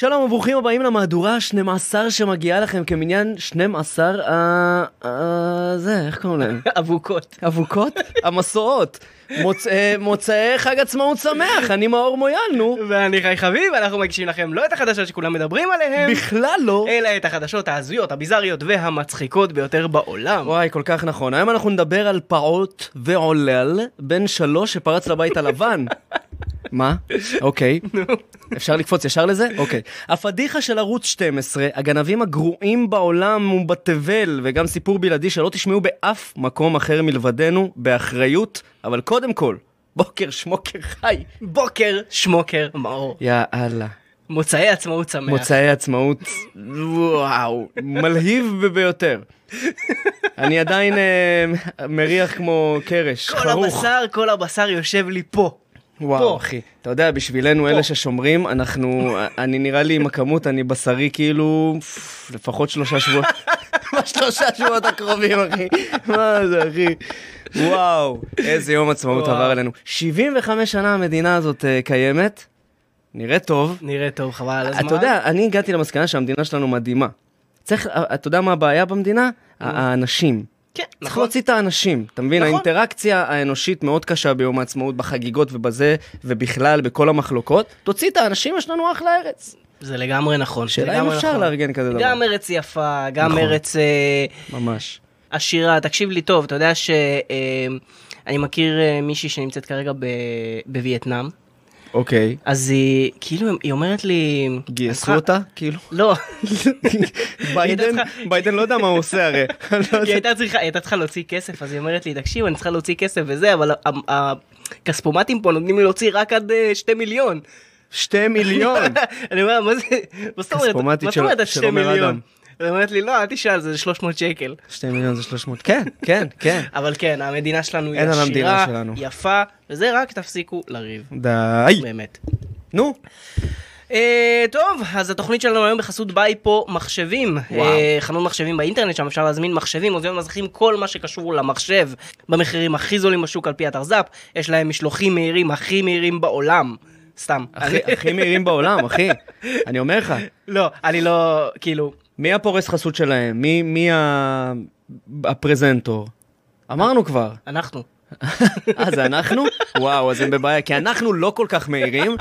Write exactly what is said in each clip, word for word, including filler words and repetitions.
שלום וברוכים הבאים למהדורה ה-שתים עשרה שמגיעה לכם כמניין שתים עשרה, אה, אה, זה, איך קוראים להם? אבוקות. אבוקות? המסורות. מוצאי, מוצאי חג עצמאות שמח, אני מאור מויאל, נו. ואני חי חביב, אנחנו מגישים לכם לא את החדשות שכולם מדברים עליהם, בכלל לא. אלא את החדשות ההזויות, הביזריות והמצחיקות ביותר בעולם. וואי, כל כך נכון. היום אנחנו נדבר על פעוט ועולל, בן שלוש שפרץ לבית הלבן. מה? אוקיי. אפשר לקפוץ ישר לזה? אוקיי. הפדיחה של ערוץ שתים עשרה, הגנבים הגרועים בעולם ובתבל, וגם סיפור בלעדי שלא תשמעו באף מקום אחר מלבדנו, באחריות, אבל קודם כל, בוקר שמוקר חי. בוקר שמוקר מאור. יאללה. מוצאי עצמאות שמח. מוצאי עצמאות, וואו, מלהיב ביותר. אני עדיין אה, מריח כמו קרש, כל חרוך. הבשר, כל הבשר יושב לי פה. וואו, פה. אחי, אתה יודע, בשבילנו, אלה ששומרים, אנחנו, אני נראה לי עם הכמות, אני בשרי כאילו, לפחות שלושה שבועות, בשלושה שבועות הקרובים, אחי, מה זה, אחי, וואו, איזה יום עצמאות עבר עלינו. שבעים וחמש שנה המדינה הזאת uh, קיימת, נראה טוב. נראה טוב, חבל על הזמן. אתה יודע, אני הגעתי למסקנה שהמדינה שלנו מדהימה. צריך, אתה יודע מה הבעיה במדינה? האנשים. כן, צריך נכון. להוציא את האנשים, אתה מבין? נכון. האינטראקציה האנושית מאוד קשה ביום העצמאות, בחגיגות ובזה, ובכלל, בכל המחלוקות. תוציא את האנשים, יש לנו אחלה ארץ. זה לגמרי נכון. שאלה אם אפשר לארגן כזה דבר. גם ארץ יפה, גם נכון. ארץ אה, ממש. עשירה. תקשיב לי טוב, אתה יודע שאני מכיר אה, מישהי שנמצאת כרגע ב- בווייטנאם, אוקיי. אז היא, כאילו, היא אומרת לי... גייסו אותה? כאילו? לא. ביידן, ביידן לא יודע מה הוא עושה הרי. היא הייתה צריכה, היא הייתה צריכה להוציא כסף, אז היא אומרת לי, תקשיב, אני צריכה להוציא כסף וזה, אבל הכספומטים פה נותנים לי להוציא רק עד שתי מיליון. שתי מיליון? אני אומר, מה זה? מה זאת אומרת? מה זאת אומרת עד שתי מיליון? היא אומרת לי, לא, אל תשאל, זה שלוש מאות שקל. שתי מיליון זה שלוש מאות, כן, כן, כן. אבל כן, המדינה שלנו היא אין על המדינה עשירה, שלנו. יפה, וזה רק תפסיקו לריב. די. באמת. נו. Uh, טוב, אז התוכנית שלנו היום בחסות בייפו מחשבים, uh, חנות מחשבים באינטרנט, שם אפשר להזמין מחשבים, עוזבים מזרחים כל מה שקשור למחשב, במחירים הכי זולים בשוק על פי התרז"פ, יש להם משלוחים מהירים, הכי מהירים בעולם, סתם. הכי, הכי מהירים בעולם, אחי, אני אומר לך. לא, אני לא, כאילו... מי הפורס חסות שלהם? מי, מי ה... הפרזנטור? אמרנו כבר. אנחנו. אה, זה אנחנו? וואו, אז הם בבעיה, כי אנחנו לא כל כך מהירים,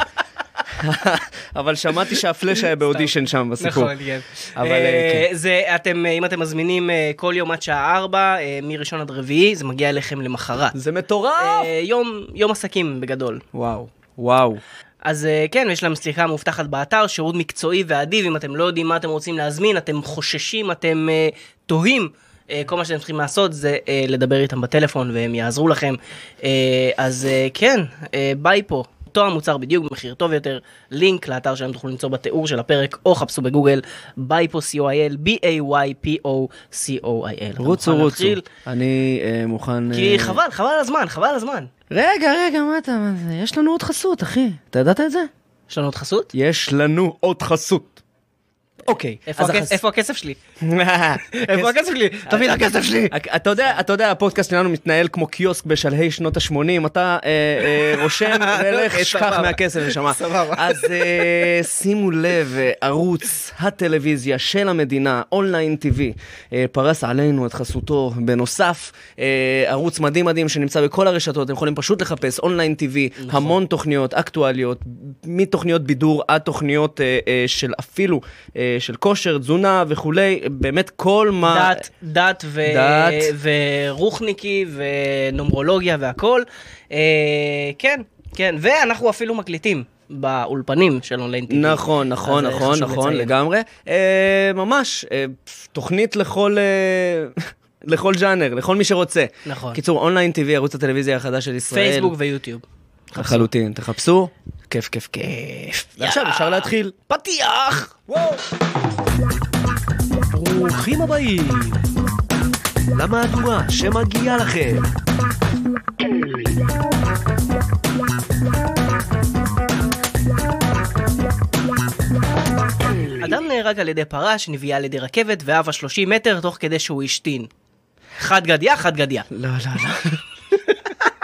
אבל שמעתי שהפלש היה באודישן שם בסיפור. נכון, כן. אבל כן. זה, אתם, אם אתם מזמינים כל יום עד שעה ארבע, מראשון עד רביעי, זה מגיע אליכם למחרת. זה מטורף! יום, יום עסקים בגדול. וואו, וואו. אז כן, יש להם סליחה מובטחת באתר, שירות מקצועי ואדיב, אם אתם לא יודעים מה אתם רוצים להזמין, אתם חוששים, אתם uh, תוהים, uh, כל מה שאתם צריכים לעשות זה uh, לדבר איתם בטלפון והם יעזרו לכם. Uh, אז uh, כן, uh, ביי פה, אותו המוצר בדיוק במחיר טוב יותר, לינק לאתר שלהם תוכלו למצוא בתיאור של הפרק, או חפשו בגוגל, בייפו סי או איי אל, בי איי וואי פי או סי או איי אל. רוצו, רוצו. אני uh, מוכן... כי uh... חבל, חבל על הזמן, חבל על הזמן. רגע, רגע, מה אתה... יש לנו עוד חסות, אחי. אתה ידעת את זה? יש לנו עוד חסות? יש לנו עוד חסות. אוקיי. איפה הכסף שלי? איפה הכסף שלי? תביא לכסף שלי. אתה יודע, אתה יודע, הפודקאסט שלנו מתנהל כמו קיוסק בשלהי שנות ה-שמונים, אתה רושם ולך שכח מהכסף ושמה. אז שימו לב, ערוץ הטלוויזיה של המדינה, אונליין טיווי, פרס עלינו את חסותו בנוסף, ערוץ מדהים מדהים שנמצא בכל הרשתות, אתם יכולים פשוט לחפש אונליין טיווי, המון תוכניות אקטואליות, מתוכניות בידור עד תוכניות של אפילו של כושר, תזונה וכולי, באמת כל מה... דת, דת, ו... דת. ורוחניקי ונומרולוגיה והכל. אה, כן, כן, ואנחנו אפילו מקליטים באולפנים של אונליין טיווי. נכון, נכון, נכון, נכון, לגמרי. אה, ממש, אה, תוכנית לכל... אה... לכל ז'אנר, לכל מי שרוצה. נכון. קיצור, אונליין טיווי, ערוץ הטלוויזיה החדש של ישראל. פייסבוק ויוטיוב. לחלוטין, תחפשו. כיף, כיף, כיף. ועכשיו אפשר להתחיל. פתיח! וואו! ברוכים הבאים למהדורה שמגיעה לכם. אדם נהרג על ידי פרה שנביאה על ידי רכבת ואהבה שלושים מטר תוך כדי שהוא השתין. חד גדיה, חד גדיה. לא, לא, לא.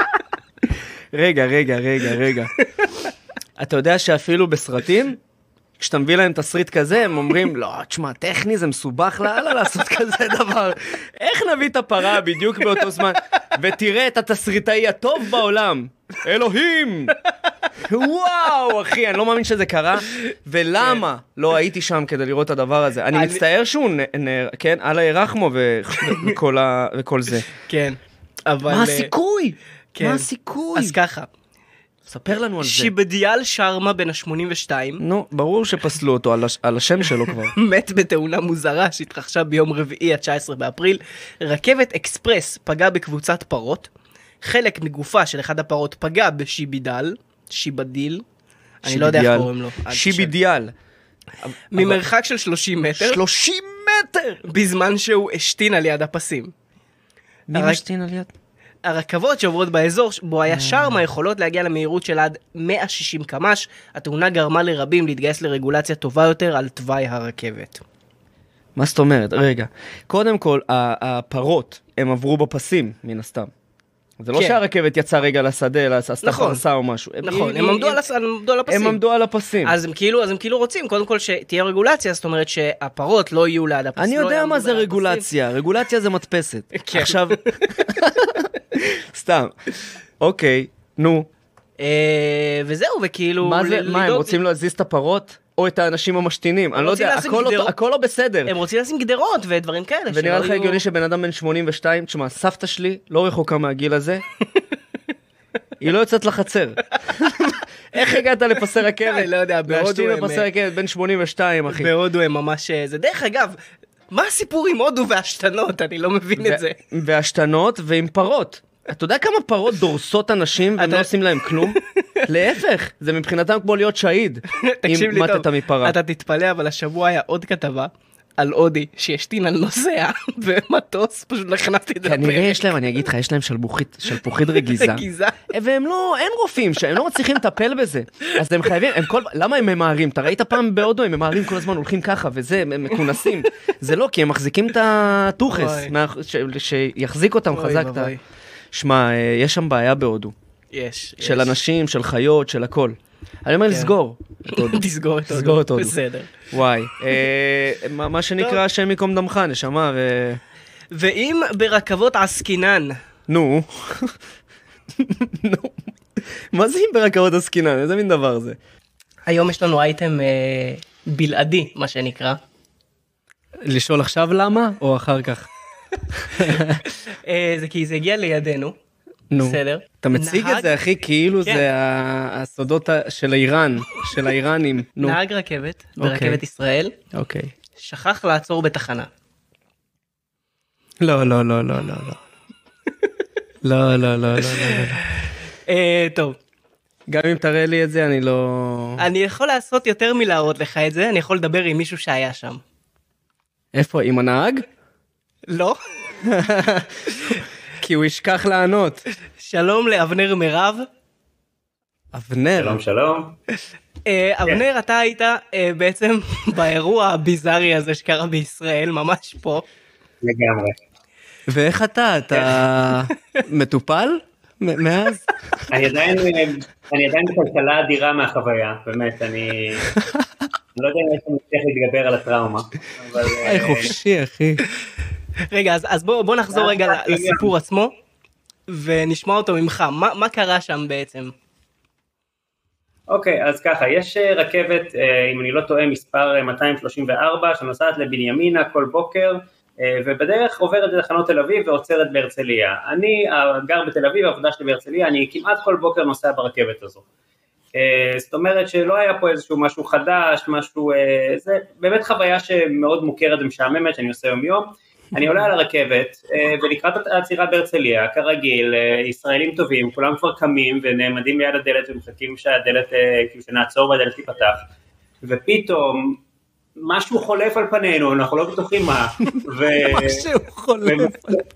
רגע, רגע, רגע, רגע. אתה יודע שאפילו בסרטים כשאתה מביא להם תסריט כזה, הם אומרים, לא, תשמע, טכני זה מסובך לאללה לעשות כזה דבר. איך נביא את הפרה בדיוק באותו זמן? ותראה את התסריטאי הטוב בעולם. אלוהים! וואו, אחי, אני לא מאמין שזה קרה. ולמה לא הייתי שם כדי לראות את הדבר הזה? אני מצטער שהוא, כן, אללה ירחמו וכל זה. כן, אבל... מה הסיכוי? מה הסיכוי? אז ככה. ספר לנו על זה. שיבדיאל שרמה בן ה-שמונים ושתיים. נו, ברור שפסלו אותו על, הש... על השם שלו כבר. מת בתאונה מוזרה שהתרחשה ביום רביעי ה-תשעה עשר באפריל. רכבת אקספרס פגעה בקבוצת פרות. חלק מגופה של אחד הפרות פגע בשיבידל. שיבדיל. אני לא יודע איך קוראים לו. שיבידיאל. ממרחק של שלושים מטר. שלושים מטר! בזמן שהוא השתין על יד הפסים. מי משתין על יד? הרכבות שעוברות באזור בו היה שרמה יכולות להגיע למהירות של עד מאה ושישים קמ"ש. התאונה גרמה לרבים להתגייס לרגולציה טובה יותר על תוואי הרכבת. מה זאת אומרת? רגע. קודם כל, הפרות, הם עברו בפסים, מן הסתם. זה לא שהרכבת יצאה רגע לשדה, עשתה פרסה או משהו. נכון, הם עמדו על הפסים. הם עמדו על הפסים. אז הם כאילו רוצים, קודם כל שתהיה רגולציה, זאת אומרת שהפרות לא יהיו ליד הפסים. אני יודע מה זה רגולציה. רגולציה זה מדפסת. עכשיו... סתם. אוקיי, נו. וזהו, וכאילו... מה, הם רוצים להזיז את הפרות? או את האנשים המשתינים? אני לא יודע, הכל לא בסדר. הם רוצים לשים גדרות ודברים כאלה. ונראה לך הגיוני שבן אדם בן שמונים ושתיים, תשמע, סבתא שלי לא רחוקה מהגיל הזה, היא לא יוצאת לחצר. איך הגעת לפסי רכבת? אני לא יודע, בהודו הם... לפסי רכבת בן שמונים ושתיים, אחי. בהודו הם ממש... זה דרך אגב, מה הסיפור עם הודו והשתנות? אני לא מבין את זה. והשתנות ועם פרות. אתה יודע כמה פרות דורסות אנשים והם לא עושים להם כלום? להפך, זה מבחינתם כמו להיות שהיד. תקשיב לי טוב, אתה תתפלא, אבל השבוע היה עוד כתבה על אודי שישתין על נוסע ומטוס, פשוט נכנסתי את זה. כנראה יש להם, אני אגיד לך, יש להם שלפוחית רגיזה. והם לא, אין רופאים, שהם לא מצליחים לטפל בזה. אז הם חייבים, למה הם ממהרים? אתה ראית פעם בהודו, הם ממהרים כל הזמן, הולכים ככה, וזה, הם מכונסים. זה לא, כי הם מחזיקים את הטוחס, שיחזיק אותם חזק. שמע, יש שם בעיה בהודו. יש. של אנשים, של חיות, של הכל. אני אומר לסגור. תסגור את הודו. תסגור את הודו. בסדר. וואי. מה שנקרא השם יקום דמך, נשמה. ואם ברכבות עסקינן. נו. נו. מה זה אם ברכבות עסקינן? איזה מין דבר זה? היום יש לנו אייטם בלעדי, מה שנקרא. לשאול עכשיו למה, או אחר כך? זה כי זה הגיע לידינו. נו, בסדר. אתה מציג את זה, אחי, כאילו זה הסודות של האיראן, של האיראנים. נהג רכבת, ברכבת ישראל, שכח לעצור בתחנה. לא, לא, לא, לא, לא. לא, לא, לא, לא, לא. טוב. גם אם תראה לי את זה, אני לא... אני יכול לעשות יותר מלהראות לך את זה, אני יכול לדבר עם מישהו שהיה שם. איפה, עם הנהג? לא. כי הוא ישכח לענות. שלום לאבנר מירב. אבנר. שלום, שלום. אבנר, אתה היית בעצם באירוע הביזארי הזה שקרה בישראל, ממש פה. לגמרי. ואיך אתה? אתה מטופל מאז? אני עדיין, אני עדיין בכלכלה אדירה מהחוויה, באמת, אני... אני לא יודע אם אני מצליח להתגבר על הטראומה. היי, חופשי, אחי. רגע, אז, אז בוא, בוא נחזור רגע לסיפור עצמו, ונשמע אותו ממך. מה, מה קרה שם בעצם? אוקיי, אז ככה, יש רכבת, אם אני לא טועה, מספר מאתיים שלושים וארבע, שנוסעת לבנימינה כל בוקר, ובדרך עוברת לתחנות תל אביב ועוצרת בהרצליה. אני גר בתל אביב, העבודה שלי בהרצליה, אני כמעט כל בוקר נוסע ברכבת הזו. זאת אומרת שלא היה פה איזשהו משהו חדש, משהו, זה באמת חוויה שמאוד מוכרת ומשעממת, שאני עושה יום יום. אני עולה על הרכבת, ולקראת העצירה בהרצליה, כרגיל, ישראלים טובים, כולם כבר קמים ונעמדים ליד הדלת ומחכים שהדלת, כאילו שנעצור והדלת תיפתח, ופתאום משהו חולף על פנינו, אנחנו לא בטוחים מה, משהו חולף.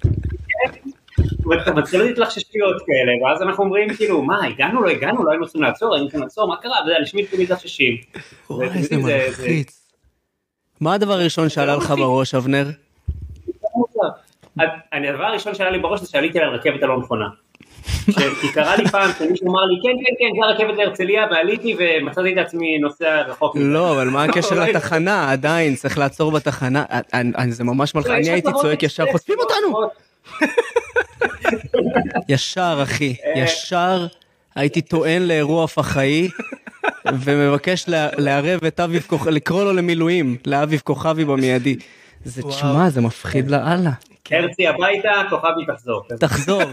ואתה מתחיל להתלחששיות כאלה, ואז אנחנו אומרים כאילו, מה, הגענו, לא הגענו, לא היינו צריכים לעצור, היינו צריכים לעצור, מה קרה? וזה, אנשים תמיד מתלחששים. וואי, זה מלחיץ. מה הדבר הראשון שעלה לך בראש, אבנר? הדבר הראשון שעלה לי בראש זה שעליתי על הרכבת הלא נכונה. כי קרה לי פעם שמישהו אמר לי, כן, כן, כן, זה הרכבת להרצליה, ועליתי ומצאתי את עצמי נוסע רחוק. לא, אבל מה הקשר לתחנה? עדיין, צריך לעצור בתחנה. זה ממש מלכה, אני הייתי צועק ישר, חושפים אותנו! ישר, אחי, ישר הייתי טוען לאירוע פח"עי, ומבקש לערב את אביב כוכבי, לקרוא לו למילואים, לאביב כוכבי במיידי. זה, תשמע, זה מפחיד לאללה. הרצי הביתה, כוכבי תחזור. תחזור.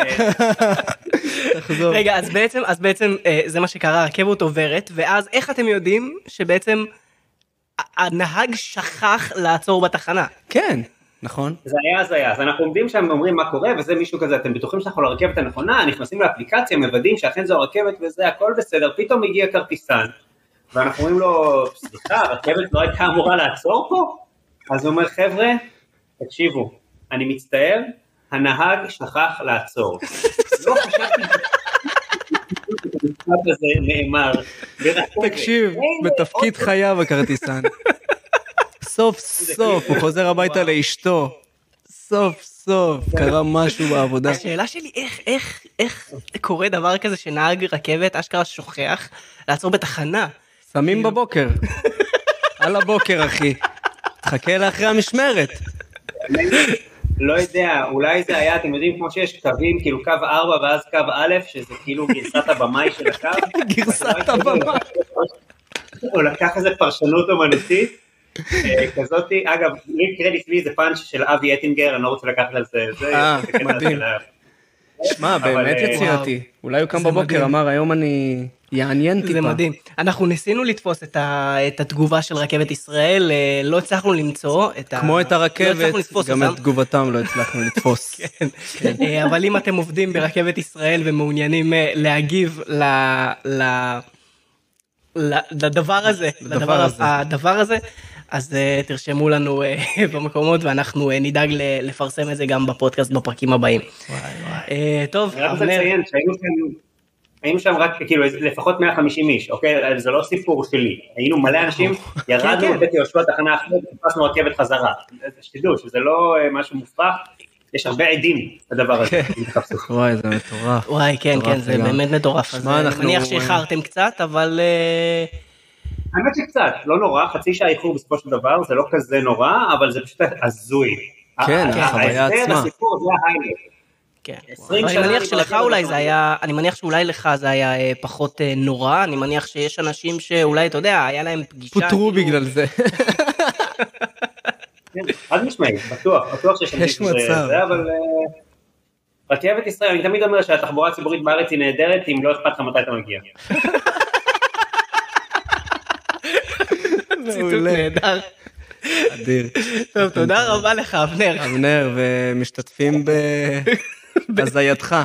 תחזור. רגע, אז בעצם, אז בעצם זה מה שקרה, הרכבת עוברת, ואז איך אתם יודעים שבעצם הנהג שכח לעצור בתחנה? כן, נכון. זה היה, זה היה. אז אנחנו עומדים שם ואומרים מה קורה, וזה מישהו כזה, אתם בטוחים שאנחנו לרכבת הנכונה, נכנסים לאפליקציה, מוודאים שאכן זו הרכבת וזה, הכל בסדר, פתאום הגיע כרטיסן, ואנחנו אומרים לו, סליחה, הרכבת לא הייתה אמורה לעצור פה? אז הוא אומר, חבר'ה, תקשיבו, אני מצטער, הנהג שכח לעצור. לא חשבתי המשפט הזה נאמר. תקשיב, בתפקיד חייו הכרטיסן. סוף סוף, הוא חוזר הביתה לאשתו. סוף סוף, קרה משהו בעבודה. השאלה שלי, איך, איך, איך קורה דבר כזה שנהג רכבת, אשכרה שוכח, לעצור בתחנה? שמים בבוקר. על הבוקר, אחי. תחכה לאחרי המשמרת. לא יודע, אולי זה היה, אתם יודעים, כמו שיש קווים, כאילו קו ארבע ואז קו א', שזה כאילו גרסת הבמאי של הקו. גרסת הבמאי. הוא לקח איזה פרשנות אומנותית, כזאת, אגב, לי קרדיט לי זה פאנץ' של אבי אטינגר, אני לא רוצה לקחת על זה. אה, מדהים. שמע, באמת יצירתי. אולי הוא קם בבוקר, אמר, היום אני יעניין טיפה. זה מדהים. אנחנו ניסינו לתפוס את התגובה של רכבת ישראל, לא הצלחנו למצוא את ה... כמו את הרכבת, גם את תגובתם לא הצלחנו לתפוס. אבל אם אתם עובדים ברכבת ישראל ומעוניינים להגיב לדבר הזה, לדבר הזה, אז תרשמו לנו במקומות, ואנחנו נדאג לפרסם את זה גם בפודקאסט בפרקים הבאים. טוב, אני רק רוצה לציין שהיינו שם רק, כאילו, לפחות מאה וחמישים איש, אוקיי? זה לא סיפור שלי. היינו מלא אנשים, ירדנו, בית יהושע תחנה אחרת, תפסנו רכבת חזרה. שתדעו, שזה לא משהו מופרך, יש הרבה עדים לדבר הזה. וואי, זה מטורף. וואי, כן, כן, זה באמת מטורף. אז אני מניח שאיחרתם קצת, אבל... האמת שקצת, לא נורא, חצי שעה איחור בסופו של דבר, זה לא כזה נורא, אבל זה פשוט הזוי. כן, החוויה עצמה. ההסדר, הסיפור, זה ההיילט. כן. אני מניח שלך אולי זה היה, אני מניח שאולי לך זה היה פחות נורא, אני מניח שיש אנשים שאולי, אתה יודע, היה להם פגישה... פוטרו בגלל זה. עד משמעי, בטוח, בטוח שיש מצב. אבל רכבת ישראל, אני תמיד אומר שהתחבורה הציבורית בארץ היא נהדרת, אם לא אכפת לך מתי אתה מגיע. ציטוט נהדר. אדיר. טוב, תודה רבה לך, אבנר. אבנר, ומשתתפים בהזייתך.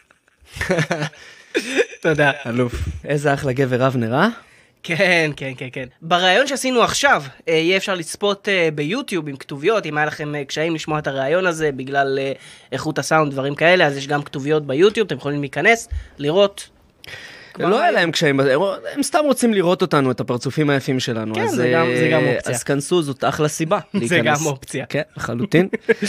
תודה. אלוף. איזה אחלה גבר אבנר, אה? כן, כן, כן, כן. ברעיון שעשינו עכשיו, יהיה אפשר לצפות ביוטיוב עם כתוביות, אם היה לכם קשיים לשמוע את הרעיון הזה, בגלל איכות הסאונד, דברים כאלה, אז יש גם כתוביות ביוטיוב, אתם יכולים להיכנס, לראות. לא היה להם קשיים, הם סתם רוצים לראות אותנו, את הפרצופים היפים שלנו. כן, זה גם אופציה. אז כנסו, זאת אחלה סיבה. זה גם אופציה. כן, לחלוטין.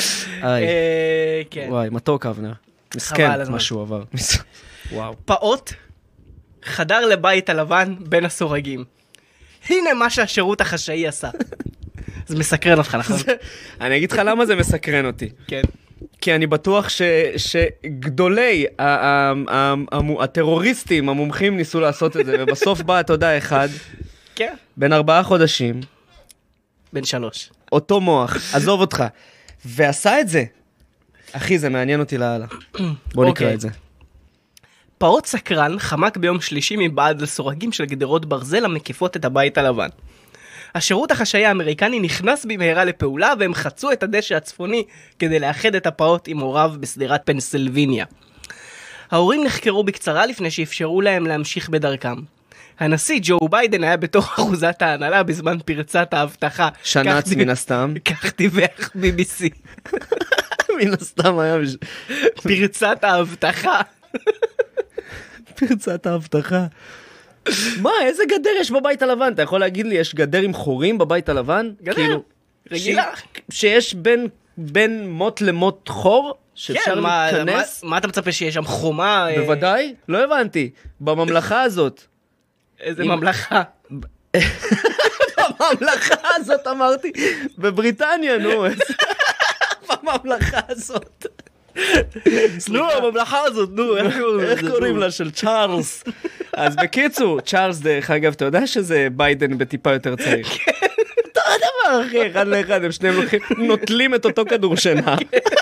וואי, מתוק אבנר. מסכן מה שהוא עבר. וואו. פעוט חדר לבית הלבן בין הסורגים. הנה מה שהשירות החשאי עשה. זה מסקרן אותך, נכון? אני אגיד לך למה זה מסקרן אותי. כן. כי אני בטוח שגדולי הטרוריסטים, המומחים ניסו לעשות את זה, ובסוף בא, אתה יודע, אחד, כן. בין ארבעה חודשים, בין שלוש. אותו מוח, עזוב אותך, ועשה את זה. אחי, זה מעניין אותי להלאה. בוא נקרא את זה. פעוט סקרן חמק ביום שלישי מבעד לסורגים של גדרות ברזל המקיפות את הבית הלבן. השירות החשאי האמריקני נכנס במהרה לפעולה, והם חצו את הדשא הצפוני כדי לאחד את הפעוט עם הוריו בסדירת פנסילבניה. ההורים נחקרו בקצרה לפני שאפשרו להם להמשיך בדרכם. הנשיא ג'ו ביידן היה בתוך אחוזת ההנהלה בזמן פרצת ההבטחה. שנץ מן הסתם. כך דיווח בי בי סי. מן הסתם היה... פרצת ההבטחה. פרצת ההבטחה. מה, איזה גדר יש בבית הלבן? אתה יכול להגיד לי, יש גדר עם חורים בבית הלבן? גדר, רגילה. שיש בין, בין מוט למוט חור, שאפשר כן, מה, להיכנס? מה, מה אתה מצפה שיש שם חומה? בוודאי, לא הבנתי. בממלכה הזאת. איזה ממלכה. בממלכה הזאת אמרתי, בבריטניה, נו. בממלכה הזאת. נו, הממלכה הזאת, נו, איך קוראים לה? של צ'ארלס. אז בקיצור, צ'ארלס דרך אגב, אתה יודע שזה ביידן בטיפה יותר צעיר. אותו דבר, אחי, אחד לאחד, הם שניהם נוטלים את אותו כדור שינה.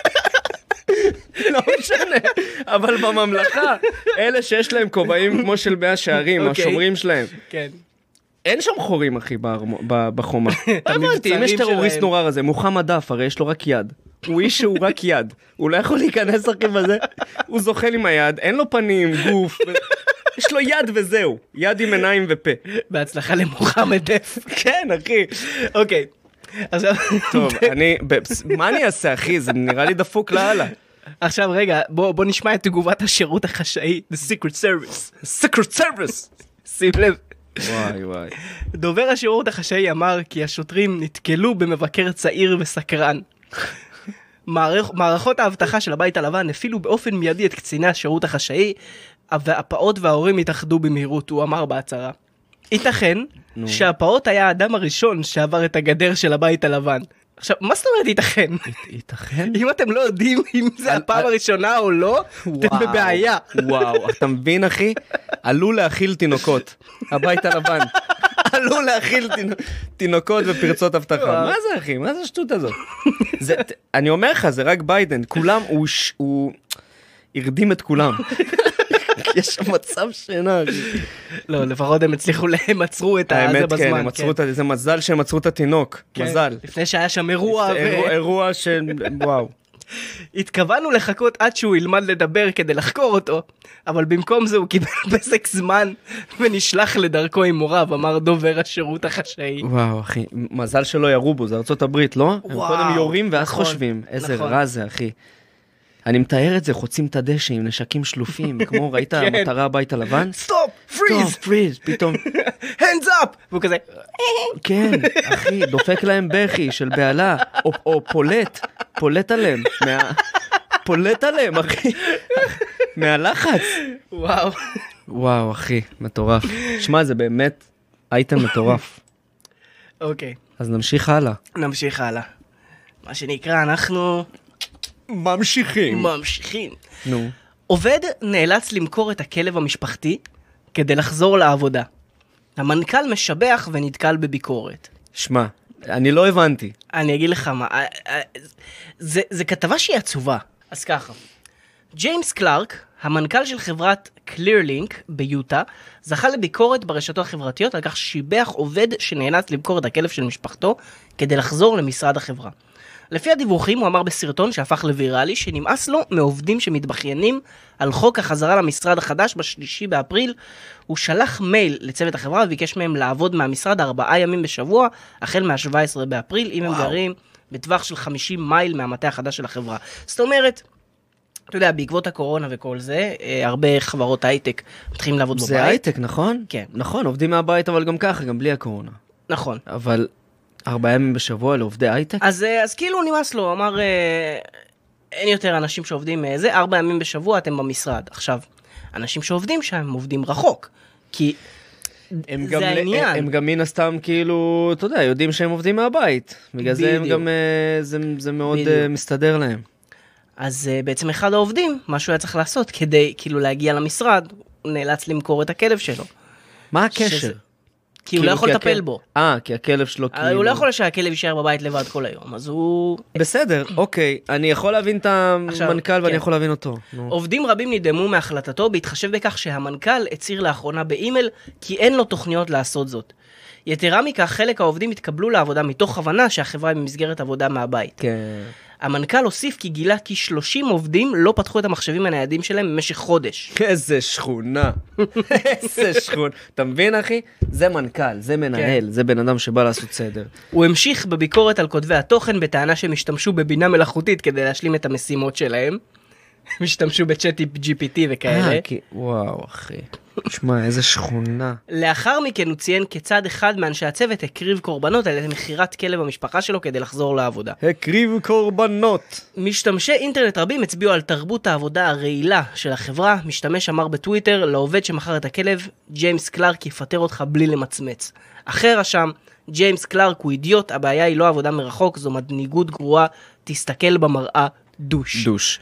לא משנה, אבל בממלכה, אלה שיש להם כובעים כמו של מאה שערים, השומרים שלהם. כן. אין שם חורים, אחי, בחומה. הבנתי, אם יש טרוריסט נורא רזה, מוחמד דף, הרי יש לו רק יד. הוא איש שהוא רק יד. הוא לא יכול להיכנס אחי בזה. הוא זוחל עם היד, אין לו פנים, גוף. יש לו יד וזהו. יד עם עיניים ופה. בהצלחה למוחמד דף. כן, אחי. אוקיי. טוב, אני... מה אני אעשה, אחי? זה נראה לי דפוק להלאה. עכשיו רגע, בוא, בוא נשמע את תגובת השירות החשאי, The Secret Service. Secret Service! שים לב. וואי וואי. דובר השירות החשאי אמר כי השוטרים נתקלו במבקר צעיר וסקרן. מערכ, מערכות האבטחה של הבית הלבן הפעילו באופן מיידי את קציני השירות החשאי, והפעוט וההורים התאחדו במהירות, הוא אמר בהצהרה. ייתכן שהפעוט היה האדם הראשון שעבר את הגדר של הבית הלבן. עכשיו, מה זאת אומרת ייתכן? ייתכן? אם אתם לא יודעים אם זה הפעם הראשונה או לא, אתם בבעיה. וואו, אתה מבין אחי? עלו להכיל תינוקות. הבית הלבן. עלו להכיל תינוקות ופרצות הבטחה. מה זה אחי? מה זה השטות הזאת? אני אומר לך, זה רק ביידן. כולם, הוא הרדים את כולם. יש שם מצב שינה. לא, לפחות הם הצליחו, הם עצרו את זה בזמן. האמת כן, הם עצרו את זה, זה מזל שהם עצרו את התינוק. מזל. לפני שהיה שם אירוע. אירוע של, וואו. התכוונו לחכות עד שהוא ילמד לדבר כדי לחקור אותו, אבל במקום זה הוא קיבל פסק זמן ונשלח לדרכו עם מוריו, אמר דובר השירות החשאי. וואו אחי, מזל שלא ירו בו, זה ארצות הברית, לא? הם קודם יורים ואז חושבים, איזה רע זה אחי. אני מתאר את זה, חוצים את הדשא עם נשקים שלופים, כמו ראית המטרה הבית הלבן? סטופ, פריז, פריז, פתאום. hands up! והוא כזה. כן, אחי, דופק להם בכי של בעלה, או פולט, פולט עליהם, פולט עליהם, אחי, מהלחץ. וואו. וואו, אחי, מטורף. שמע, זה באמת אייטם מטורף. אוקיי. אז נמשיך הלאה. נמשיך הלאה. מה שנקרא, אנחנו... ממשיכים. ממשיכים. נו. עובד נאלץ למכור את הכלב המשפחתי כדי לחזור לעבודה. המנכ"ל משבח ונתקל בביקורת. שמע, אני לא הבנתי. אני אגיד לך מה, זה, זה כתבה שהיא עצובה. אז ככה, ג'יימס קלארק, המנכ"ל של חברת קלירלינק ביוטה, זכה לביקורת ברשתות החברתיות על כך שיבח עובד שנאלץ למכור את הכלב של משפחתו כדי לחזור למשרד החברה. לפי הדיווחים הוא אמר בסרטון שהפך לוויראלי שנמאס לו מעובדים שמתבחיינים על חוק החזרה למשרד החדש בשלישי באפריל. הוא שלח מייל לצוות החברה וביקש מהם לעבוד מהמשרד ארבעה ימים בשבוע החל מה-שבעה עשר באפריל אם הם גרים בטווח של חמישים מייל מהמטה החדש של החברה. זאת אומרת, אתה יודע, בעקבות הקורונה וכל זה, הרבה חברות הייטק מתחילים לעבוד בבית. זה הייטק, נכון? כן. נכון, עובדים מהבית אבל גם ככה, גם בלי הקורונה. נכון. אבל ארבעה ימים בשבוע לעובדי הייטק? אז, אז כאילו נמאס לו, אמר, אה, אין יותר אנשים שעובדים זה, ארבעה ימים בשבוע אתם במשרד. עכשיו, אנשים שעובדים שם, הם עובדים רחוק, כי הם זה גם העניין. הם, הם גם מן הסתם כאילו, אתה יודע, יודעים שהם עובדים מהבית. בגלל זה הם גם, זה, זה מאוד בדיוק. מסתדר להם. אז uh, בעצם אחד העובדים, מה שהוא היה צריך לעשות כדי כאילו להגיע למשרד, הוא נאלץ למכור את הכלב שלו. מה הקשר? שזה... כי הוא לא יכול לטפל בו. אה, כי הכלב שלו כאילו... הוא לא יכול שהכלב יישאר בבית לבד כל היום, אז הוא... בסדר, אוקיי. אני יכול להבין את המנכ"ל ואני יכול להבין אותו. עובדים רבים נדהמו מהחלטתו, בהתחשב בכך שהמנכ"ל הצהיר לאחרונה באימייל, כי אין לו תוכניות לעשות זאת. יתרה מכך, חלק העובדים התקבלו לעבודה מתוך הבנה שהחברה היא במסגרת עבודה מהבית. כן. המנכ"ל הוסיף כי גילה כי שלושים עובדים לא פתחו את המחשבים הניידים שלהם במשך חודש. איזה שכונה. איזה שכונה. אתה מבין אחי? זה מנכ"ל, זה מנהל, כן. זה בן אדם שבא לעשות סדר. הוא המשיך בביקורת על כותבי התוכן בטענה שהם השתמשו בבינה מלאכותית כדי להשלים את המשימות שלהם. הם השתמשו בצ'אט ג'י פי טי וכאלה. כי... וואו אחי. תשמע, איזה שכונה. לאחר מכן הוא ציין כיצד אחד מאנשי הצוות הקריב קורבנות על ידי מכירת כלב במשפחה שלו כדי לחזור לעבודה. הקריב קורבנות. משתמשי אינטרנט רבים הצביעו על תרבות העבודה הרעילה של החברה. משתמש אמר בטוויטר לעובד שמכר את הכלב, ג'יימס קלארק יפטר אותך בלי למצמץ. אחר רשם, ג'יימס קלארק הוא אידיוט, הבעיה היא לא עבודה מרחוק, זו מנהיגות גרועה, תסתכל במראה, דוש. דוש.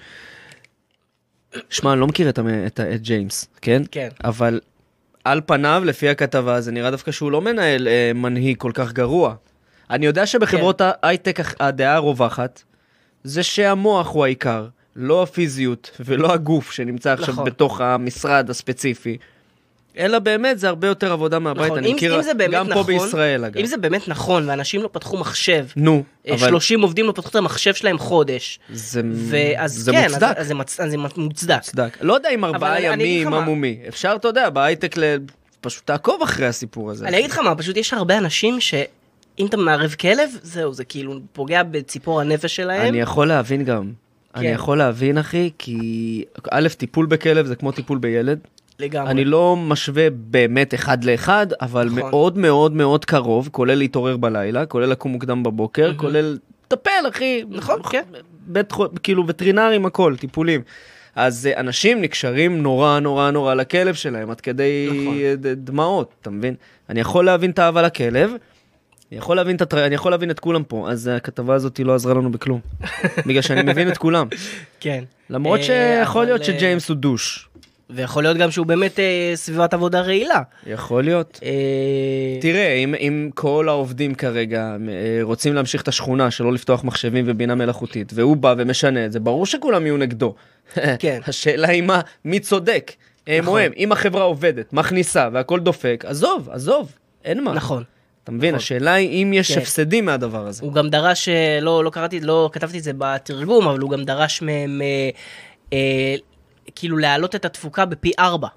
שמע, אני לא מכיר את, את, את ג'יימס, כן? כן. אבל על פניו, לפי הכתבה, זה נראה דווקא שהוא לא מנהל אה, מנהיג כל כך גרוע. אני יודע שבחברות כן. ההייטק הדעה הרווחת, זה שהמוח הוא העיקר, לא הפיזיות ולא הגוף שנמצא עכשיו נכון. בתוך המשרד הספציפי. אלא באמת זה הרבה יותר עבודה מהבית, נכון. אני אם, מכיר אם גם נכון, פה בישראל אגב. אם זה באמת נכון, ואנשים לא פתחו מחשב, נו, אבל... שלושים עובדים לא פתחו את המחשב שלהם חודש, זה, ואז זה כן, מוצדק. אז, אז, זה, מצ... אז זה מוצדק. מוצדק. לא יודע אם ארבעה ימים עמומי, אפשר, אתה יודע, בהייטק ל... פשוט תעקוב אחרי הסיפור הזה. אני אגיד לך מה, פשוט יש הרבה אנשים שאם אתה מערב כלב, זהו, זה כאילו פוגע בציפור הנפש שלהם. אני יכול להבין גם. כן. אני יכול להבין, אחי, כי א', טיפול בכלב זה כמו טיפול בילד. לגמרי. אני לא משווה באמת אחד לאחד, אבל נכון. מאוד מאוד מאוד קרוב, כולל להתעורר בלילה, כולל לקום מוקדם בבוקר, mm-hmm. כולל טפל, אחי. נכון, כן. בית, כאילו וטרינרים, הכל, טיפולים. אז אנשים נקשרים נורא נורא נורא לכלב שלהם, עד כדי נכון. דמעות, אתה מבין? אני יכול להבין את האהבה לכלב, אני יכול להבין את, אני יכול להבין את כולם פה, אז הכתבה הזאת לא עזרה לנו בכלום. בגלל שאני מבין את כולם. כן. למרות שיכול להיות שג'יימס הוא דוש. ויכול להיות גם שהוא באמת אה, סביבת עבודה רעילה. יכול להיות. אה... תראה, אם, אם כל העובדים כרגע אה, רוצים להמשיך את השכונה שלא לפתוח מחשבים ובינה מלאכותית, והוא בא ומשנה את זה, ברור שכולם יהיו נגדו. כן. השאלה היא מה, מי צודק? נכון. מוהם, אם החברה עובדת, מכניסה והכל דופק, עזוב, עזוב, אין מה. נכון. אתה מבין, נכון. השאלה היא אם יש כן. הפסדים מהדבר הזה. הוא גם דרש, לא, לא קראתי, לא כתבתי את זה בתרגום, אבל הוא גם דרש מהם... אה, כאילו להעלות את התפוקה בפי ארבע.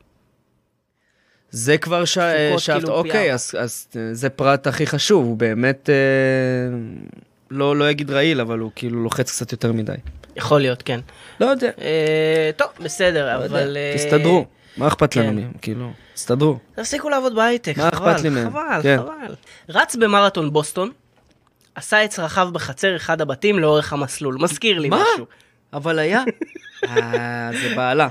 זה כבר ש... שאפת, כאילו אוקיי, אז, אז זה פרט הכי חשוב, הוא באמת, אה, לא, לא יגיד רעיל, אבל הוא כאילו לוחץ קצת יותר מדי. יכול להיות, כן. לא יודע. אה, טוב, בסדר, לא אבל... יודע. תסתדרו, מה אכפת כן. לנו מהם? כאילו, תסתדרו. תפסיקו לעבוד בהייטק, מה חבל, אכפת לי מהם? חבל, כן. חבל. רץ במרתון בוסטון, עשה את צרכיו בחצר אחד הבתים לאורך המסלול, מזכיר לי מה? משהו. אבל היה? אה, זה בעלה.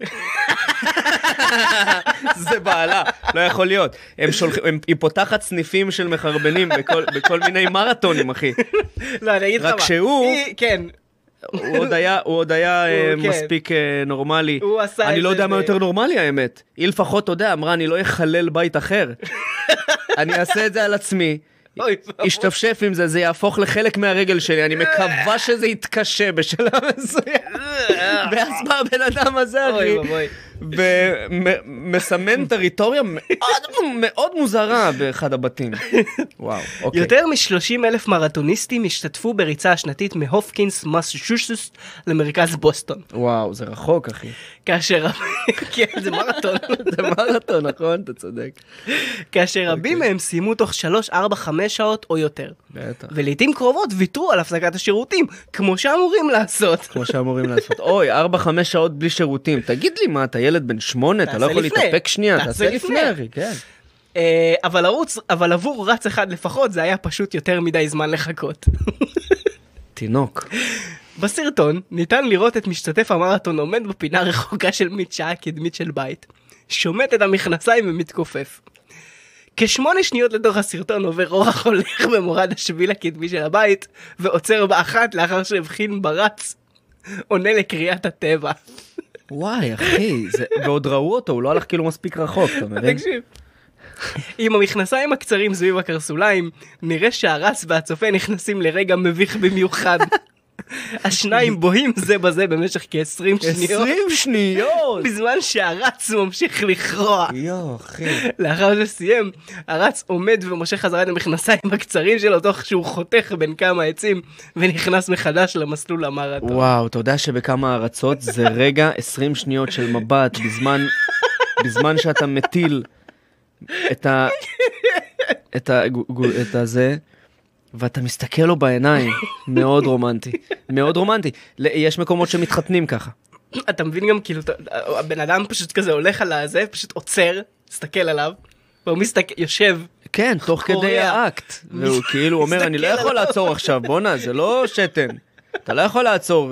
זה בעלה, לא יכול להיות. הם שולחים, הם, היא פותחת סניפים של מחרבנים בכל, בכל מיני מרתונים, אחי. לא, אני אגיד לך מה. רק שהוא, כן. הוא עוד היה, הוא עוד היה הוא, מספיק כן. נורמלי. הוא עשה אני לא יודע ו... מה יותר נורמלי, האמת. היא לפחות, אתה יודע, אמרה, אני לא אחלל בית אחר. אני אעשה את זה על עצמי. ישתפשף עם זה, זה יהפוך לחלק מהרגל שלי, אני מקווה שזה יתקשה בשלב מסוים. ואז בא הבן אדם הזה, אחי, ומסמן טריטוריה מאוד מוזרה באחד הבתים. וואו, אוקיי. יותר מ-שלושים אלף מרתוניסטים השתתפו בריצה השנתית מהופקינס, מסצ'וסטס, למרכז בוסטון. וואו, זה רחוק, אחי. כאשר... כן, זה מרתון. זה מרתון, נכון? אתה צודק. כאשר רבים מהם סיימו תוך שלוש, ארבע, חמש שעות או יותר. בטח. ולעיתים קרובות ויתרו על הפסקת השירותים, כמו שאמורים לעשות. כמו שאמורים לעשות. אוי, ארבע, חמש שעות בלי שירותים. תגיד לי מה, אתה ילד בן שמונה, אתה לא יכול להתאפק שנייה, תעשה לפני, אחי, כן. אבל ערוץ, אבל עבור רץ אחד לפחות, זה היה פשוט יותר מדי זמן לחכות. תינוק. בסרטון ניתן לראות את משתתף המרתון עומד בפינה רחוקה של מדשאה הקדמית של בית, שומט את המכנסיים ומתכופף. כשמונה שניות לתוך הסרטון עובר אורח הולך במורד השביל הקדמי של הבית, ועוצר באחת לאחר שהבחין ברץ, עונה לקריאת הטבע. וואי, אחי, זה... ועוד ראו אותו, הוא לא הלך כאילו מספיק רחוק, אתה מבין? תקשיב. עם המכנסיים הקצרים סביב הקרסוליים, נראה שהרץ והצופה נכנסים לרגע מביך במיוחד. השניים בוהים זה בזה במשך כ-עשרים שניות. עשרים שניות! בזמן שהרץ ממשיך לכרוע. יו, אחי. לאחר שסיים, הרץ עומד ומושך חזרה את המכנסיים הקצרים שלו, תוך שהוא חותך בין כמה עצים, ונכנס מחדש למסלול המרתון. וואו, אתה יודע שבכמה ארצות זה רגע עשרים שניות של מבט, בזמן, בזמן שאתה מטיל את ה... את ה... את הזה... ואתה מסתכל לו בעיניים, מאוד רומנטי, מאוד רומנטי. יש מקומות שמתחתנים ככה. אתה מבין גם כאילו, הבן אדם פשוט כזה הולך על הזה, פשוט עוצר, מסתכל עליו, והוא מסתכל, יושב. כן, תוך כדי האקט. והוא כאילו אומר, אני לא יכול לעצור עכשיו, בונה, זה לא שתן. אתה לא יכול לעצור,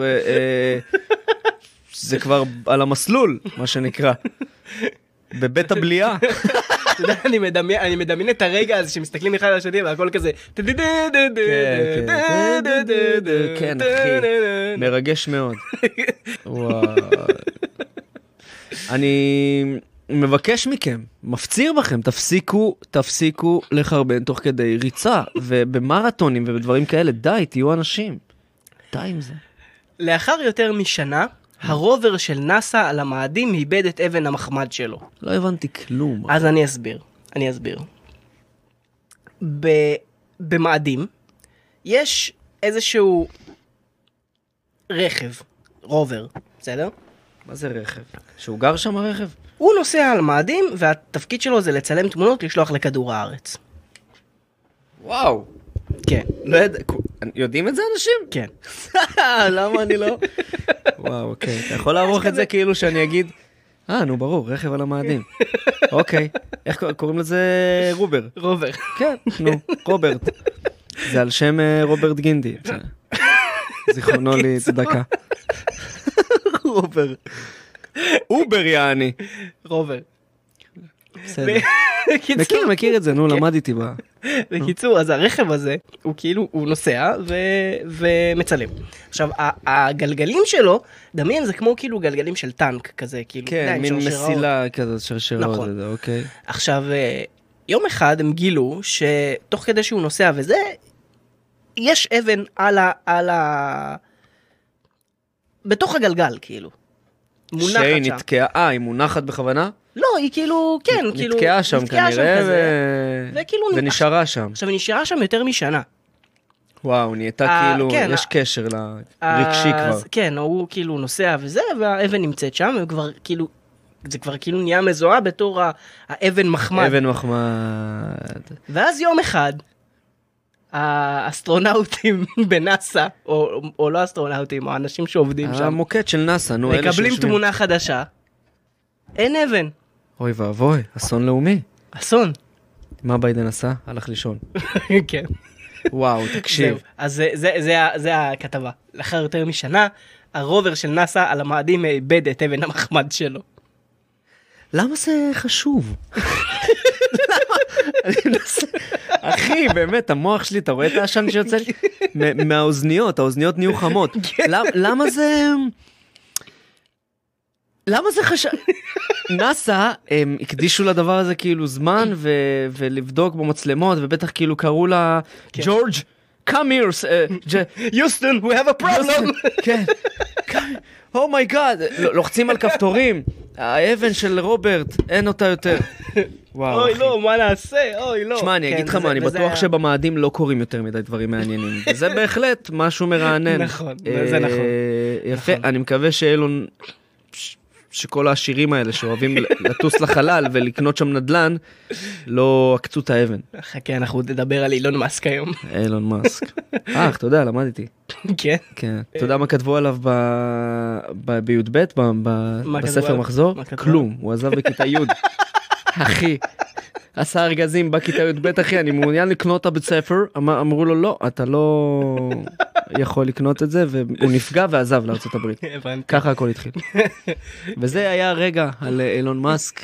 זה כבר על המסלול, מה שנקרא. בבית הבליעה. אתה יודע, אני מדמיין את הרגע הזה שמסתכלים אחד על השני, והכל כזה... כן, אחי, מרגש מאוד. וואו. אני מבקש מכם, מפציר בכם, תפסיקו, תפסיקו לחרבן תוך כדי ריצה, ובמרתונים ובדברים כאלה, די, תהיו אנשים. די עם זה. לאחר יותר משנה, הרובר של נאסא על המאדים איבד את אבן המחמד שלו. לא הבנתי כלום. אז אני אסביר, אני אסביר. במאדים יש איזשהו רכב, רובר, בסדר? מה זה רכב? שהוא גר שם הרכב? הוא נוסע על מאדים, והתפקיד שלו זה לצלם תמונות, לשלוח לכדור הארץ. וואו. כן. לא יודע, יודעים את זה אנשים? כן. למה אני לא? וואו, אוקיי. אתה יכול לערוך את זה כאילו שאני אגיד, אה, נו, ברור, רכב על המאדים. אוקיי. איך קוראים לזה? רובר. רובר. כן, נו, רוברט. זה על שם רוברט גינדי. זיכרונו לי צדקה. רובר. אובר יעני. רובר. בסדר. מכיר, מכיר את זה, נו, למדתי בה. בקיצור, אז הרכב הזה, הוא כאילו, הוא נוסע ומצלם. עכשיו, הגלגלים שלו, דמיין, זה כמו כאילו גלגלים של טנק כזה, כאילו, כן, מין מסילה כזה, שרשרות, אוקיי. עכשיו, יום אחד הם גילו שתוך כדי שהוא נוסע וזה, יש אבן על ה... בתוך הגלגל, כאילו. מונחת שם. שהיא נתקעה, אה, היא מונחת בכוונה? לא, היא כאילו, כן, כאילו... נתקעה שם כנראה, ונשארה שם. עכשיו, היא נשארה שם יותר משנה. וואו, נהייתה כאילו, יש קשר לרגשי כבר. כן, הוא כאילו נוסע וזה, והאבן נמצאת שם, וכבר כאילו, זה כבר כאילו נהיה מזוהה בתור האבן מחמד. אבן מחמד. ואז יום אחד, האסטרונאוטים בנאסא, או לא אסטרונאוטים, או האנשים שעובדים שם, המוקד של נאסא, נו, אלה מקבלים תמונה חדשה, אין אבן. אוי ואבוי, אסון לאומי. אסון. מה ביידן עשה? הלך לישון. כן. וואו, תקשיב. אז זה, זה, זה, זה הכתבה. לאחר יותר משנה, הרובר של נאסא על המאדים איבד את אבן המחמד שלו. למה זה חשוב? אחי, באמת, המוח שלי, אתה רואה את העשן שיוצא לי? מהאוזניות, האוזניות נהיו חמות. למה זה... למה זה חשב? נאסא, הם הקדישו לדבר הזה כאילו זמן, ולבדוק במצלמות, ובטח כאילו קראו לה, ג'ורג', come here, יוסטון, we have a problem. כן, oh my god, לוחצים על כפתורים, האבן של רוברט, אין אותה יותר. אוי לא, מה נעשה? אוי לא. שמע, אני אגיד לך מה, אני בטוח שבמאדים לא קוראים יותר מדי דברים מעניינים. זה בהחלט משהו מרענן. נכון, זה נכון. יפה, אני מקווה שאילון... שכל העשירים האלה שאוהבים לטוס לחלל ולקנות שם נדלן, לא עקצו את האבן. חכה, אנחנו נדבר על אילון מאסק היום. אילון מאסק. אה, אתה יודע, למדתי. כן? כן. אתה יודע מה כתבו עליו בי"ב, בספר מחזור? כלום, הוא עזב בכיתה י'. אחי, עשה ארגזים בכיתה י"ב, אחי, אני מעוניין לקנות את הבית ספר, אמרו לו, לא, אתה לא יכול לקנות את זה, והוא נפגע ועזב לארצות הברית. ככה הכל התחיל. וזה היה רגע על אילון מאסק.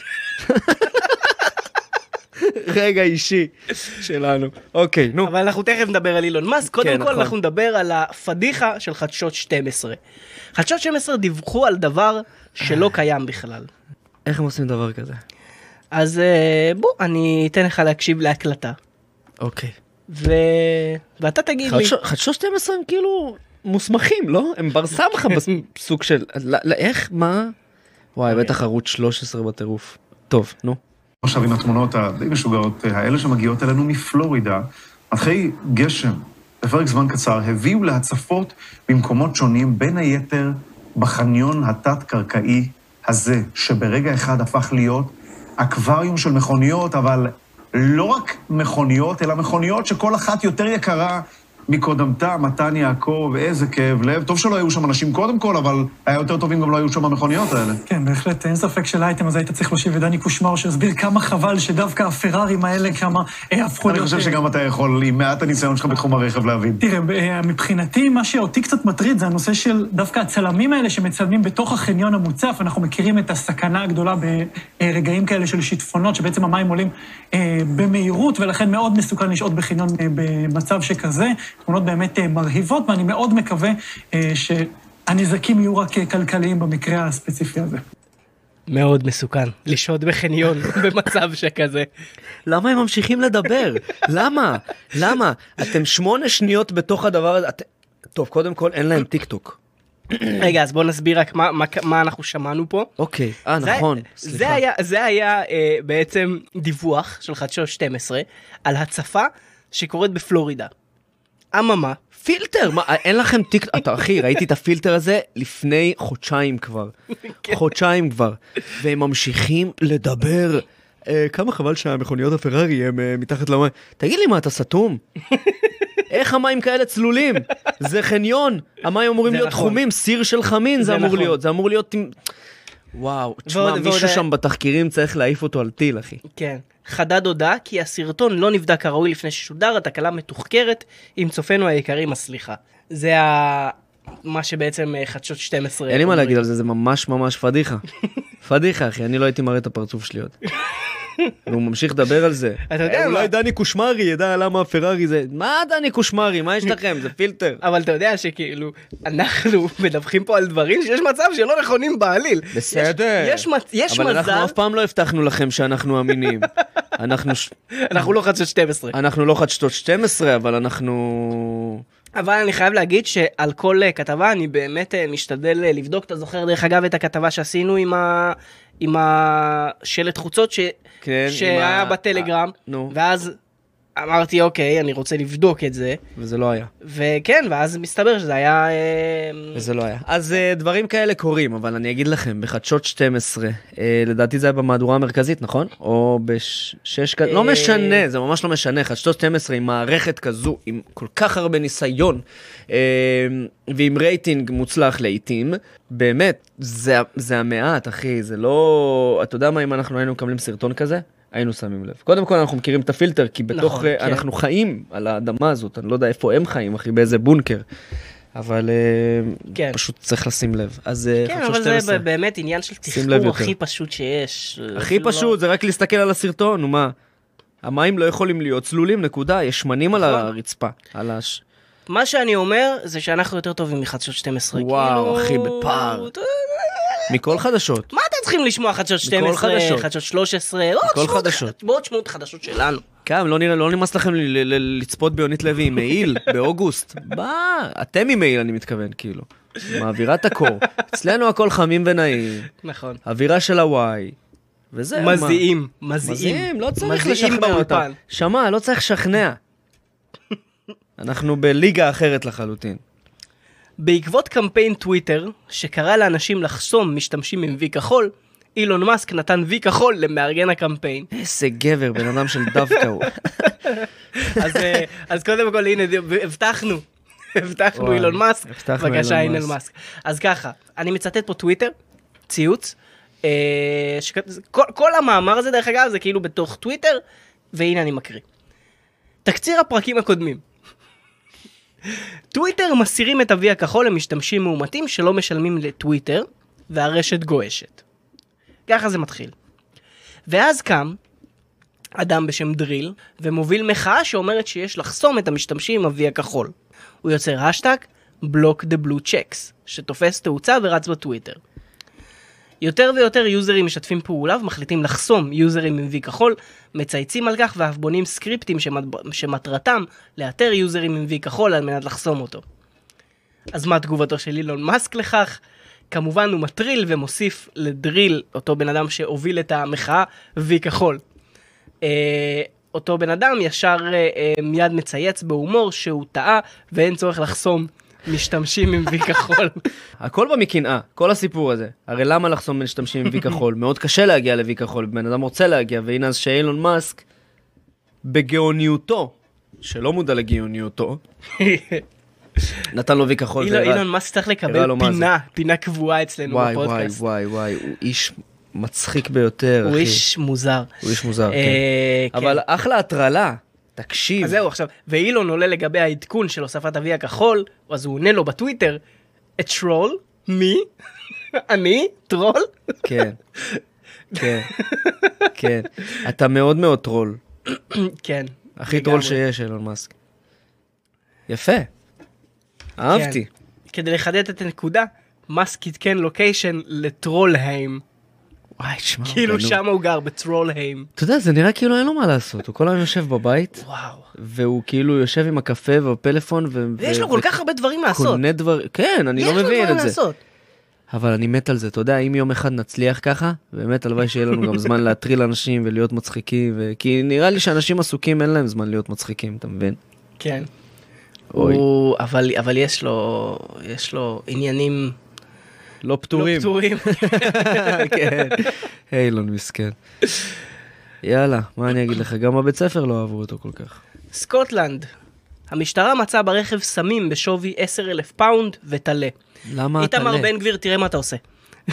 רגע אישי שלנו. אוקיי, נו. אבל אנחנו תכף נדבר על אילון מאסק, קודם כל אנחנו נדבר על הפדיחה של חדשות שתים עשרה. חדשות שתים עשרה דיווחו על דבר שלא קיים בכלל. איך הם עושים דבר כזה? אז בוא, אני אתן לך להקשיב להקלטה. אוקיי. ו... ואתה תגיד לי... חדשות שתים עשרה הם כאילו מוסמכים, לא? הם בר סמכה בסוג של... איך? מה? וואי, בטח ערוץ שלוש עשרה בטירוף. טוב, נו. עכשיו עם התמונות הדי משוגעות האלה שמגיעות אלינו מפלורידה, מתחי גשם, בפרק זמן קצר, הביאו להצפות במקומות שונים, בין היתר בחניון התת-קרקעי הזה, שברגע אחד הפך להיות אקווריום של מכוניות, אבל לא רק מכוניות, אלא מכוניות שכל אחת יותר יקרה מקודמתה, מתן יעקב, איזה כאב לב. טוב שלא היו שם אנשים קודם כל, אבל היה יותר טובים גם לא היו שם המכוניות האלה. כן, בהחלט, אין ספק של האייטם הזה היית צריך להושיב ודני קושמר, שהסביר כמה חבל שדווקא הפרארים האלה כמה הפכו להיות... אני חושב שגם אתה יכול, עם מעט הניסיון שלך בתחום הרכב להבין. תראה, מבחינתי, מה שאותי קצת מטריד, זה הנושא של דווקא הצלמים האלה שמצלמים בתוך החניון המוצף. אנחנו מכירים את הסכנה הגדולה ברגעים כאלה של שיטפונות, שבעצם המים עולים במהירות, ולכן מאוד מסוכן לשהות בחניון במצב שכזה. תמונות באמת מרהיבות, ואני מאוד מקווה שהנזקים יהיו רק כלכליים במקרה הספציפי הזה. מאוד מסוכן, לשהות בחניון במצב שכזה. למה הם ממשיכים לדבר? למה? למה? אתם שמונה שניות בתוך הדבר הזה. את... טוב, קודם כל, אין להם טיק טוק. רגע, אז בואו נסביר רק מה, מה, מה אנחנו שמענו פה. אוקיי, אה, נכון, סליחה. זה היה, זה היה אה, בעצם דיווח של חדשות שתים עשרה על הצפה שקורית בפלורידה. אממה, פילטר, מה, אין לכם טיק... אתה, אחי, ראיתי את הפילטר הזה לפני חודשיים כבר. חודשיים כבר. והם ממשיכים לדבר. אה, כמה חבל שהמכוניות הפרארי הם אה, מתחת למים. תגיד לי מה, אתה סתום? איך המים כאלה צלולים? זה חניון. המים אמורים להיות נכון. חומים, סיר של חמין זה אמור נכון. להיות. זה אמור להיות... וואו, תשמע, מישהו שם בתחקירים צריך להעיף אותו על טיל, אחי. כן. חדד הודע כי הסרטון לא נבדק כראוי לפני ששודר, התקלה מתוחקרת, עם צופנו היקרים הסליחה. זה ה... מה שבעצם חדשות שתים עשרה... אין לי מה להגיד על זה, זה ממש ממש פדיחה. פדיחה, אחי, אני לא הייתי מראה את הפרצוף שלי עוד. והוא ממשיך לדבר על זה. אתה יודע מה? אולי דני קושמרי ידע למה הפרארי זה... מה דני קושמרי? מה יש לכם? זה פילטר. אבל אתה יודע שכאילו, אנחנו מדווחים פה על דברים שיש מצב שלא נכונים בעליל. בסדר. יש, יש מזל... אבל אנחנו אף פעם לא הבטחנו לכם שאנחנו אמינים. אנחנו... אנחנו לא חדשות שתים עשרה. אנחנו לא חדשות שתים עשרה, אבל אנחנו... אבל אני חייב להגיד שעל כל כתבה אני באמת משתדל לבדוק. אתה זוכר דרך אגב את הכתבה שעשינו עם ה... עם השלט חוצות ש... כן, שהיה ה... בטלגרם, ה... נו. ואז אמרתי אוקיי, אני רוצה לבדוק את זה. וזה לא היה. וכן, ואז מסתבר שזה היה... וזה לא היה. אז דברים כאלה קורים, אבל אני אגיד לכם, בחדשות שתים עשרה, לדעתי זה היה במהדורה המרכזית, נכון? או בשש... לא משנה, זה ממש לא משנה. חדשות שתים עשרה עם מערכת כזו, עם כל כך הרבה ניסיון, ועם רייטינג מוצלח לעיתים, באמת, זה, זה המעט, אחי, זה לא... אתה יודע מה אם אנחנו היינו מקבלים סרטון כזה? היינו שמים לב. קודם כל אנחנו מכירים את הפילטר, כי בתוך, נכון, אנחנו כן. חיים על האדמה הזאת, אני לא יודע איפה הם חיים, אחי, באיזה בונקר. אבל כן. פשוט צריך לשים לב. אז כן, אבל זה באמת עניין של תחקור הכי פשוט שיש. הכי פשוט, זה רק להסתכל על הסרטון, נו מה? המים לא יכולים להיות צלולים, נקודה, יש שמנים על הרצפה, על הש... מה שאני אומר, זה שאנחנו יותר טובים מחדשות שתים עשרה. וואו, אחי, בפער. מכל חדשות. מה אתם צריכים לשמוע חדשות שתים עשרה, חדשות שלוש עשרה? מכל חדשות. בעוד שמות חדשות שלנו. כן, לא נמאס לכם לצפות ביונית לוי עם מעיל באוגוסט. מה? אתם עם מעיל, אני מתכוון, כאילו. מעבירה את הקור. אצלנו הכל חמים ונעים. נכון. אווירה של הוואי. וזה מה? מזיעים, מזיעים. לא צריך לשכנע אותה. שמע, לא צריך לשכנע. אנחנו בליגה אחרת לחלוטין. בעקבות קמפיין טוויטר, שקרא לאנשים לחסום משתמשים עם וי כחול, אילון מאסק נתן וי כחול למארגן הקמפיין. איזה גבר, בן אדם של דווקא הוא. אז, אז קודם כל, הנה, הבטחנו. הבטחנו אילון מאסק. בבקשה, אילון מאסק. אז ככה, אני מצטט פה טוויטר, ציוץ. שכל, כל המאמר הזה, דרך אגב, זה כאילו בתוך טוויטר, והנה אני מקריא. תקציר הפרקים הקודמים. טוויטר מסירים את הוי הכחול למשתמשים מאומתים שלא משלמים לטוויטר, והרשת גועשת. ככה זה מתחיל. ואז קם אדם בשם דריל, ומוביל מחאה שאומרת שיש לחסום את המשתמשים עם הוי הכחול. הוא יוצר השטג, block the blue checks, שתופס תאוצה ורץ בטוויטר. יותר ויותר יוזרים משתפים פעולה ומחליטים לחסום יוזרים עם וי כחול, מצייצים על כך ואף בונים סקריפטים שמטרתם לאתר יוזרים עם וי כחול על מנת לחסום אותו. אז מה תגובתו של אילון מאסק לכך? כמובן הוא מטריל ומוסיף לדריל, אותו בן אדם שהוביל את המחאה, וי כחול. אה, אותו בן אדם ישר אה, מיד מצייץ בהומור שהוא טעה ואין צורך לחסום משתמשים עם וי כחול. הכל במקנאה, כל הסיפור הזה. הרי למה לחסום משתמשים עם וי כחול? מאוד קשה להגיע לוי כחול, בן אדם רוצה להגיע, והנה אז שאילון מאסק, בגאוניותו, שלא מודע לגיוניותו, נתן לו וי כחול. אילון מאסק צריך לקבל פינה, פינה קבועה אצלנו וואי, בפודקאסט. וואי, וואי, וואי, הוא איש מצחיק ביותר, הוא אחי. איש מוזר. הוא איש מוזר, כן. אה, כן. אבל אחלה הטרלה, תקשיב. אז זהו, עכשיו, ואילון עולה לגבי העדכון של הוספת הוי הכחול, אז הוא עונה לו בטוויטר, a troll, מי? אני? טרול? כן, כן, כן. אתה מאוד מאוד טרול. כן. הכי טרול שיש, אילון מאסק. יפה. אהבתי. כדי לחדד את הנקודה, מאסק יתקן לוקיישן לטרולהיים. וואי, שמע. כאילו שם הוא גר, בטרולהיים. אתה יודע, זה נראה כאילו אין לו מה לעשות. הוא כל היום יושב בבית, וואו. והוא כאילו יושב עם הקפה והפלאפון, ויש לו כל כך הרבה דברים לעשות. קונה דבר... כן, אני לא מבין את זה. לעשות. אבל אני מת על זה, אתה יודע, אם יום אחד נצליח ככה, באמת הלוואי שיהיה לנו גם זמן להטריל אנשים ולהיות מצחיקים, ו... כי נראה לי שאנשים עסוקים אין להם זמן להיות מצחיקים, אתה מבין? כן. אוי. הוא... אבל, אבל יש לו, יש לו עניינים לא פתורים. לא פתורים. כן. אילון מסכן. יאללה, מה אני אגיד לך? גם בבית ספר לא אהבו אותו כל כך. סקוטלנד. המשטרה מצאה ברכב סמים בשווי עשרת אלפים פאונד וטלה. למה טלה? איתמר בן גביר, תראה מה אתה עושה.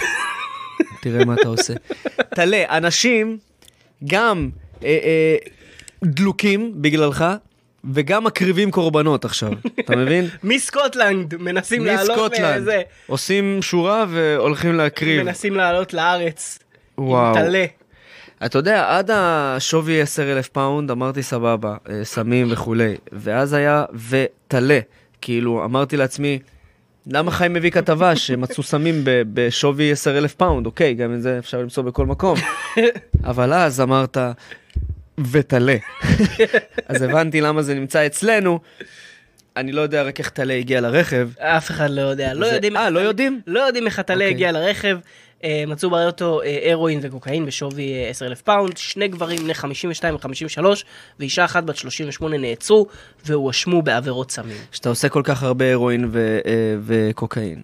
תראה מה אתה עושה. טלה, אנשים גם אה, אה, דלוקים בגללך, וגם מקריבים קורבנות עכשיו, אתה מבין? מסקוטלנד מנסים לעלות מסקוטלנד. לזה. עושים שורה והולכים להקריב. מנסים לעלות לארץ. וואו. עם טלה. אתה יודע, עד השווי עשרת אלפים פאונד אמרתי סבבה, אה, סמים וכולי, ואז היה וטלה, כאילו אמרתי לעצמי, למה חיים מביא כתבה שמצאו סמים ב- בשווי עשרת אלפים פאונד, אוקיי, גם את זה אפשר למצוא בכל מקום, אבל אז אמרת וטלה, אז הבנתי למה זה נמצא אצלנו, אני לא יודע רק איך טלה הגיע לרכב. אף אחד לא יודע. לא זה... יודעים אה, איך... לא יודעים? לא יודעים איך הטלה אוקיי. הגיע לרכב. אה, מצאו באוטו אה, הרואין וקוקאין בשווי אה, עשרת אלפים פאונד, שני גברים בני חמישים ושתיים ו-חמישים ושלוש, ואישה אחת בת שלושים ושמונה נעצרו, והואשמו בעבירות סמים. שאתה עושה כל כך הרבה הרואין ו- אה, וקוקאין.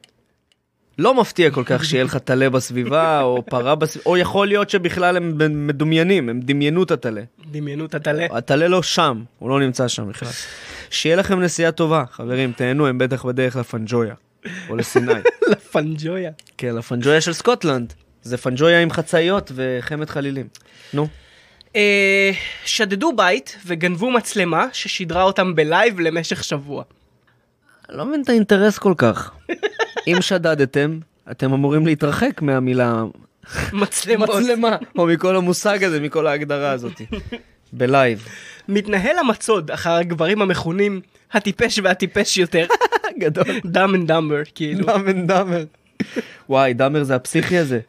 לא מפתיע כל כך שיהיה לך טלה בסביבה, או פרה בסביבה, או יכול להיות שבכלל הם מדומיינים, הם דמיינו את הטלה. דמיינו את הטלה. הטלה לא שם, הוא לא נמצא שם בכלל. שיהיה לכם נסיעה טובה, חברים, תהנו, הם בטח בדרך לפנג'ויה, או לסיני. לפנג'ויה. כן, לפנג'ויה של סקוטלנד. זה פנג'ויה עם חצאיות וחמת חלילים. נו. אה, שדדו בית וגנבו מצלמה ששידרה אותם בלייב למשך שבוע. לא מבין את האינטרס כל כך. אם שדדתם, אתם אמורים להתרחק מהמילה מצלמות. מצלמה, או מכל המושג הזה, מכל ההגדרה הזאת. בלייב. מתנהל המצוד אחר הגברים המכונים הטיפש והטיפש יותר. גדול. דאם אנד דאמר, כאילו. דאם אנד דאמר. וואי, דאמר זה הפסיכי הזה.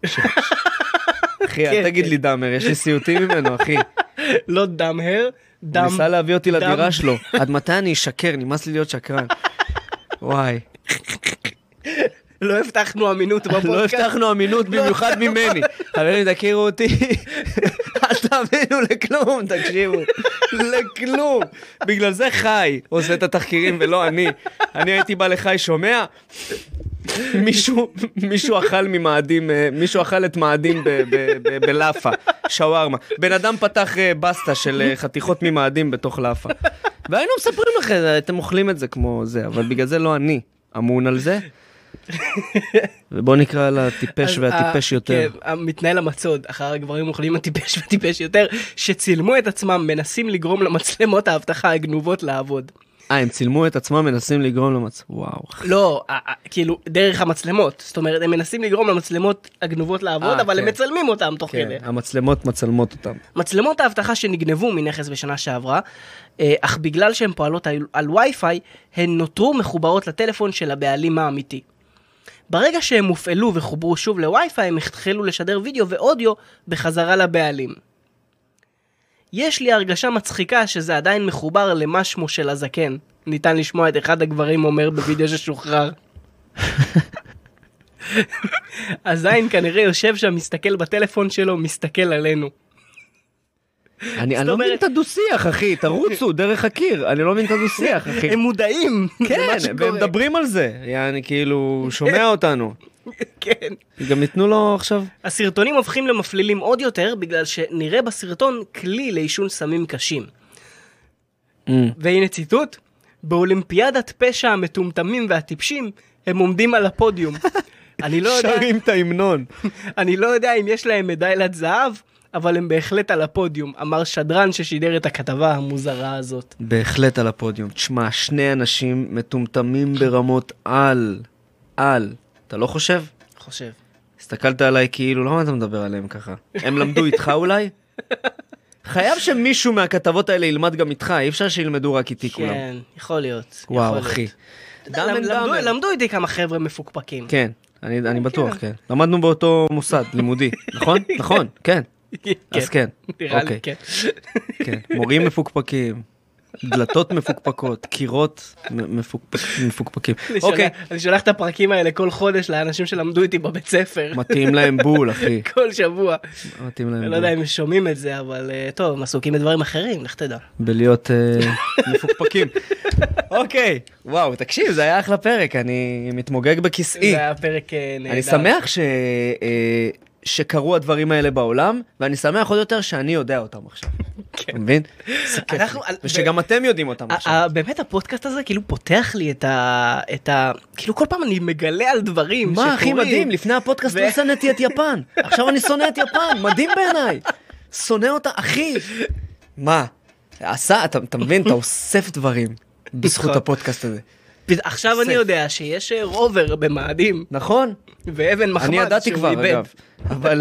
אחי, אל תגיד לי דאמר, יש לי סיוטים ממנו, אחי. לא דאמר, דאם... הוא ניסה להביא אותי לדירה שלו. עד מתי אני אשקר? נמאס לי להיות שקרן. וואי. לא הבטחנו אמינות בפודקאסט. לא הבטחנו אמינות במיוחד ממני. חברים, תכירו אותי. אל תאמינו לכלום, תקשיבו. לכלום. בגלל זה חי עושה את התחקירים ולא אני. אני הייתי בא לחי שומע. מישהו, מישהו אכל ממאדים, מישהו אכל את מאדים בלאפה, שווארמה. בן אדם פתח בסטה של חתיכות ממאדים בתוך לאפה. והיינו מספרים לכם, אתם אוכלים את זה כמו זה, אבל בגלל זה לא אני אמון על זה. ובוא נקרא לטיפש והטיפש יותר. כן, מתנהל המצוד אחר הגברים אוכלים הטיפש והטיפש יותר, שצילמו את עצמם, מנסים לגרום למצלמות האבטחה הגנובות לעבוד. אה, הם צילמו את עצמם, מנסים לגרום למצ... וואו. לא, כאילו, דרך המצלמות. זאת אומרת, הם מנסים לגרום למצלמות הגנובות לעבוד, אבל הם מצלמים אותם תוך כדי. כן, המצלמות מצלמות אותם. מצלמות האבטחה שנגנבו מנכס בשנה שעברה, אך בגלל שהן פועלות על וי-פיי, הן נותרו מחוברות לטלפון של הבעלים האמיתי. ברגע שהם מופעלו וחוברו שוב לווי-פיי, הם התחילו לשדר וידאו ואודיו בחזרה לבעלים. יש לי הרגשה מצחיקה שזה עדיין מחובר למה שמו של הזקן. ניתן לשמוע את אחד הגברים אומר בווידאו ששוחרר. הזין כנראה יושב שם, מסתכל בטלפון שלו, מסתכל עלינו. אני לא מבין את הדו-שיח, אחי, תרוצו דרך הקיר, אני לא מבין את הדו-שיח, אחי. הם מודעים. כן, והם מדברים על זה, אני כאילו שומע אותנו. כן. גם ניתנו לו עכשיו. הסרטונים הופכים למפלילים עוד יותר, בגלל שנראה בסרטון כלי לעישון סמים קשים. והנה ציטוט, באולימפיאדת פשע המטומטמים והטיפשים, הם עומדים על הפודיום. אני לא יודע... שרים את ההמנון. אני לא יודע אם יש להם מדליית זהב, אבל הם בהחלט על הפודיום, אמר שדרן ששידר את הכתבה המוזרה הזאת. בהחלט על הפודיום. תשמע, שני אנשים מטומטמים ברמות על, על. אתה לא חושב? חושב. הסתכלת עליי כאילו, למה אתה מדבר עליהם ככה? הם למדו איתך אולי? חייב שמישהו מהכתבות האלה ילמד גם איתך, אי אפשר שילמדו רק איתי כולם. כן, יכול להיות. וואו, אחי. למדו איתי כמה חבר'ה מפוקפקים. כן, אני בטוח, כן. למדנו באותו מוסד לימודי, נכון? נכון, כן. אז כן, אוקיי. כן, מורים מפוקפקים, דלתות מפוקפקות, קירות מפוקפקים. אוקיי. אני שולח את הפרקים האלה כל חודש לאנשים שלמדו איתי בבית ספר. מתאים להם בול, אחי. כל שבוע. מתאים להם בול. אני לא יודע אם שומעים את זה, אבל טוב, הם עסוקים בדברים אחרים, לך תדע. בלהיות מפוקפקים. אוקיי, וואו, תקשיב, זה היה אחלה פרק, אני מתמוגג בכיסאי. זה היה פרק נהדר. אני שמח ש... שקרו הדברים האלה בעולם, ואני שמח עוד יותר שאני יודע אותם עכשיו. אתה מבין? ושגם אתם יודעים אותם עכשיו. באמת הפודקאסט הזה כאילו פותח לי את ה... כאילו כל פעם אני מגלה על דברים שקורים. מה הכי מדהים? לפני הפודקאסט לא שנאתי את יפן. עכשיו אני שונא את יפן, מדהים בעיניי. שונא אותה, אחי. מה? עשה, אתה מבין? אתה אוסף דברים בזכות הפודקאסט הזה. עכשיו אני יודע שיש רובר במאדים. נכון. ואבן מחמד. אני ידעתי כבר, אגב. אבל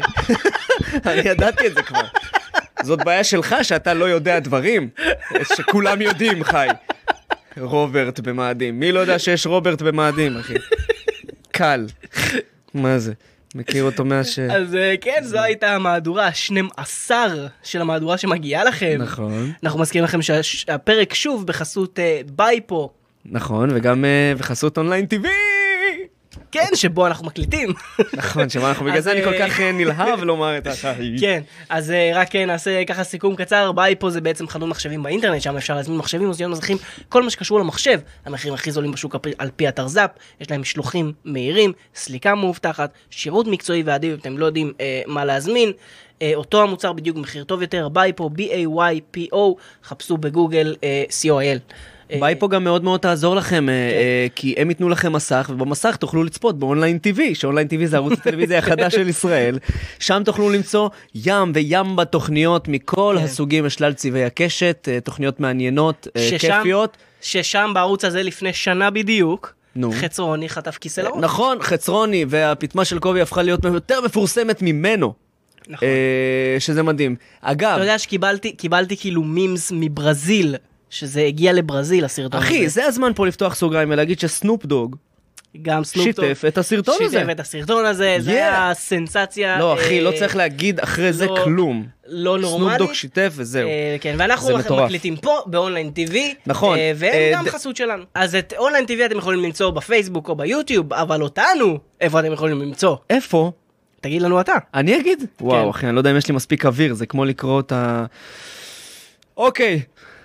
אני ידעתי את זה כבר. זאת בעיה שלך שאתה לא יודע דברים, שכולם יודעים, חי. רוברט במאדים. מי לא יודע שיש רוברט במאדים, אחי? קל. מה זה? מכיר אותו מהש... אז כן, זו הייתה המהדורה ה-שנים עשר של המהדורה שמגיעה לכם. נכון. אנחנו מזכירים לכם שהפרק שוב בחסות בייפו. נכון, וגם בחסות אונליין טי וי. כן, שבו אנחנו מקליטים. נכון, שבו אנחנו, בגלל זה אני כל כך נלהב לומר את החיים. כן, אז רק נעשה ככה סיכום קצר, בייפו זה בעצם חנות מחשבים באינטרנט, שם אפשר להזמין מחשבים, מוזיאון מזרחים, כל מה שקשור למחשב, המחירים הכי זולים בשוק על פי אתר זאפ, יש להם משלוחים מהירים, סליקה מאובטחת, שירות מקצועי ועדיף, אם אתם לא יודעים מה להזמין, אותו המוצר בדיוק מחיר טוב יותר, בייפו, בי איי וואי פי או, חפשו בגוגל סי או איי אל. בייפו גם מאוד מאוד תעזור לכם, כי הם ייתנו לכם מסך, ובמסך תוכלו לצפות באונליין טי וי, שאונליין טי וי זה ערוץ הטלוויזיה החדש של ישראל. שם תוכלו למצוא ים וים בתוכניות מכל הסוגים, משלל צבעי הקשת, תוכניות מעניינות, כיפיות. ששם בערוץ הזה לפני שנה בדיוק, חצרוני חטף כיסא לראש. נכון, חצרוני, והפתמה של קובי הפכה להיות יותר מפורסמת ממנו. נכון. שזה מדהים. אגב... אתה יודע שקיבלתי, קיבלתי כאילו מימס מברזיל, שזה הגיע לברזיל, הסרטון הזה. אחי, זה הזמן פה לפתוח סוגריים ולהגיד שסנופ דוג גם סנופ דוג שיתף את הסרטון הזה. שיתף את הסרטון הזה, זה היה סנסציה. לא, אחי, לא צריך להגיד אחרי זה כלום. לא נורמלי. סנופ דוג שיתף וזהו. כן, ואנחנו מקליטים פה באונליין טי וי. נכון. והם גם חסות שלנו. אז את אונליין טי וי אתם יכולים למצוא בפייסבוק או ביוטיוב, אבל אותנו, איפה אתם יכולים למצוא? איפה? תגיד לנו אתה. אני אגיד? וואו, אחי, אני לא יודע אם יש לי מספיק אוויר, זה כמו לקרוא את ה... אוקיי.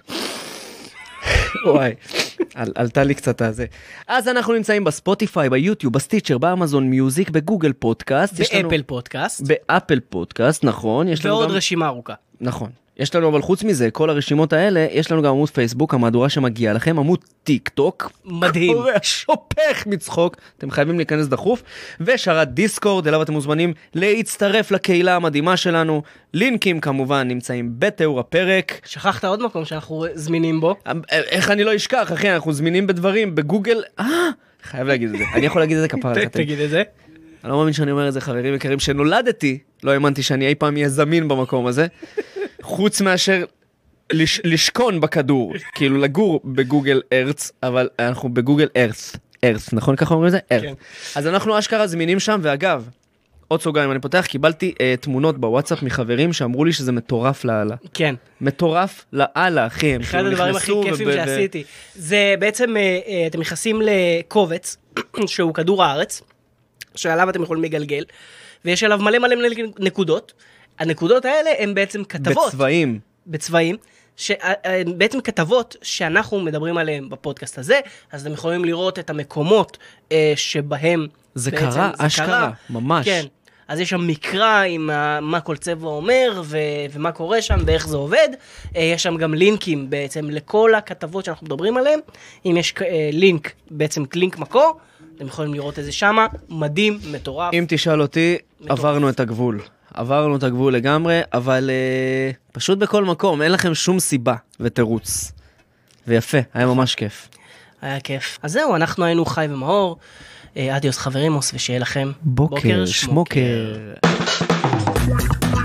וואי, עלתה לי קצת הזה. אז אנחנו נמצאים בספוטיפיי, ביוטיוב, בסטיצ'ר, באמזון מיוזיק, בגוגל פודקאסט. באפל פודקאסט. באפל פודקאסט, נכון. ועוד רשימה ארוכה. נכון. יש לנו, אבל חוץ מזה, כל הרשימות האלה, יש לנו גם עמוד פייסבוק, המהדורה שמגיעה לכם, עמוד טיק טוק. מדהים. קורא שופך מצחוק, אתם חייבים להיכנס דחוף, ושרת דיסקורד, אליו אתם מוזמנים להצטרף לקהילה המדהימה שלנו, לינקים כמובן נמצאים בתיאור הפרק. שכחת עוד מקום שאנחנו זמינים בו. איך אני לא אשכח, אחי, אנחנו זמינים בדברים, בגוגל, אה, חייב להגיד את זה, אני יכול להגיד את זה כפרה. תגיד את זה. אני לא מאמין שאני אומר את זה, חברים יקרים, שנולדתי, לא האמנתי שאני אי פעם יהיה זמין במקום הזה. חוץ מאשר לש, לשכון בכדור, כאילו לגור בגוגל ארץ, אבל אנחנו בגוגל ארץ, ארץ, נכון ככה אומרים את זה? ארץ. כן. אז אנחנו אשכרה זמינים שם, ואגב, עוד סוגריים, אני פותח, קיבלתי uh, תמונות בוואטסאפ מחברים שאמרו לי שזה מטורף לאללה. כן. מטורף לאללה, אחי. אחד הדברים הכי כיפים שעשיתי. זה בעצם, uh, uh, אתם נכנסים לקובץ, שהוא כדור הארץ, שעליו אתם יכולים לגלגל, ויש עליו מלא מלא מלא נקודות, הנקודות האלה הן בעצם כתבות. בצבעים. בצבעים, בעצם כתבות שאנחנו מדברים עליהן בפודקאסט הזה, אז אתם יכולים לראות את המקומות שבהם זה קרה, אשכרה, ממש. כן, אז יש שם מקרא עם מה כל צבע אומר, ומה קורה שם, ואיך זה עובד. יש שם גם לינקים בעצם לכל הכתבות שאנחנו מדברים עליהן. אם יש לינק, בעצם לינק מקור, אתם יכולים לראות את זה שמה, מדהים, מטורף. אם תשאל אותי, מטורף. עברנו את הגבול. עברנו את הגבול לגמרי, אבל uh, פשוט בכל מקום, אין לכם שום סיבה ותירוץ. ויפה, היה ממש כיף. היה כיף. אז זהו, אנחנו היינו חי ומאור. אדיוס חברים, ושיהיה לכם בוקר, בוקר שמוקר. שמוקר.